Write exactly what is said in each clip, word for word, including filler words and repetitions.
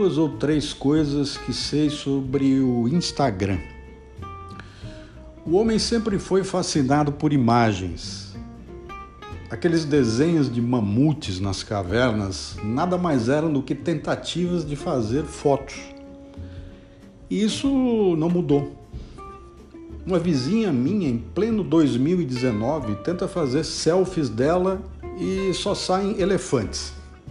duas ou três coisas que sei sobre o Instagram. O homem sempre foi fascinado por imagens. Aqueles desenhos de mamutes nas cavernas nada mais eram do que tentativas de fazer fotos. E isso não mudou. Uma vizinha minha, em pleno dois mil e dezenove, tenta fazer selfies dela e só saem elefantes.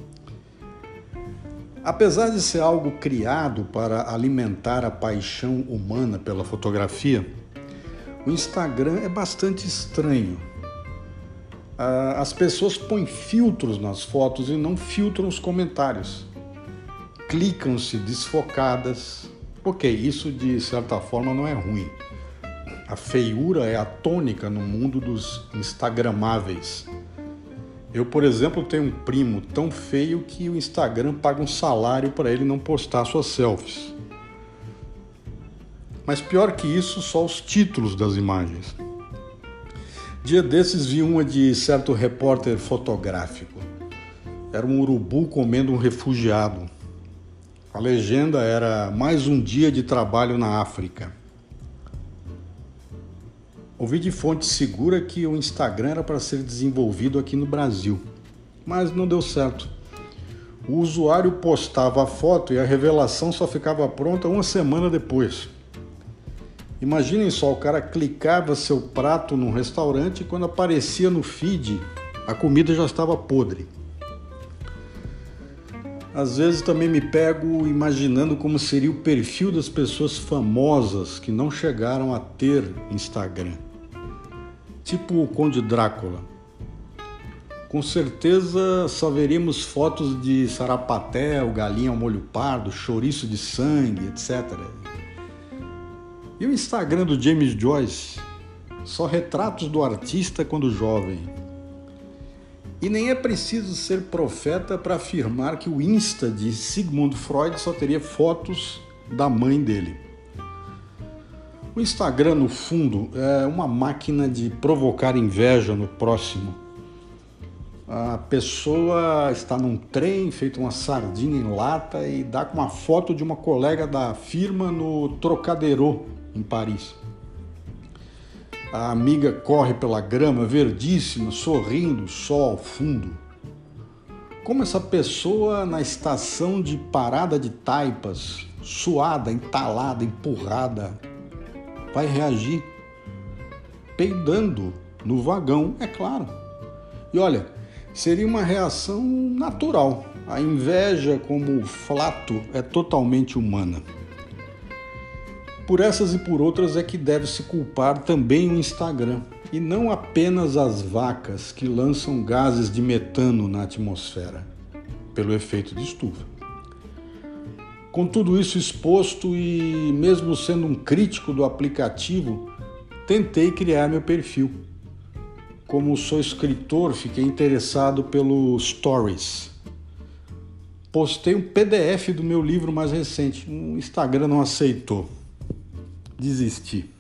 Apesar de ser algo criado para alimentar a paixão humana pela fotografia, o Instagram é bastante estranho. As pessoas põem filtros nas fotos e não filtram os comentários. Clicam-se desfocadas. Ok, isso de certa forma não é ruim. A feiura é a tônica no mundo dos instagramáveis. Eu, por exemplo, tenho um primo tão feio que o Instagram paga um salário para ele não postar suas selfies. Mas pior que isso, só os títulos das imagens. Dia desses vi uma de certo repórter fotográfico. Era um urubu comendo um refugiado. A legenda era mais um dia de trabalho na África. Ouvi de fonte segura que o Instagram era para ser desenvolvido aqui no Brasil, mas não deu certo. O usuário postava a foto e a revelação só ficava pronta uma semana depois. Imaginem só, o cara clicava seu prato num restaurante e quando aparecia no feed, a comida já estava podre. Às vezes também me pego imaginando como seria o perfil das pessoas famosas que não chegaram a ter Instagram. Tipo o Conde Drácula. Com certeza só veríamos fotos de sarapatel, galinha ao molho pardo, chouriço de sangue, etcétera. E o Instagram do James Joyce? Só retratos do artista quando jovem. E nem é preciso ser profeta para afirmar que o Insta de Sigmund Freud só teria fotos da mãe dele. O Instagram, no fundo, é uma máquina de provocar inveja no próximo. A pessoa está num trem, feito uma sardinha em lata e dá com uma foto de uma colega da firma no Trocadero, em Paris. A amiga corre pela grama verdíssima, sorrindo, sol ao fundo. Como essa pessoa na estação de parada de taipas, suada, entalada, empurrada, vai reagir? Peidando no vagão, é claro. E olha, seria uma reação natural. A inveja, como flato, é totalmente humana. Por essas e por outras é que deve se culpar também o Instagram, e não apenas as vacas que lançam gases de metano na atmosfera, pelo efeito de estufa. Com tudo isso exposto e mesmo sendo um crítico do aplicativo, tentei criar meu perfil. Como sou escritor, fiquei interessado pelo Stories. Postei um P D F do meu livro mais recente, o Instagram não aceitou. Desisti.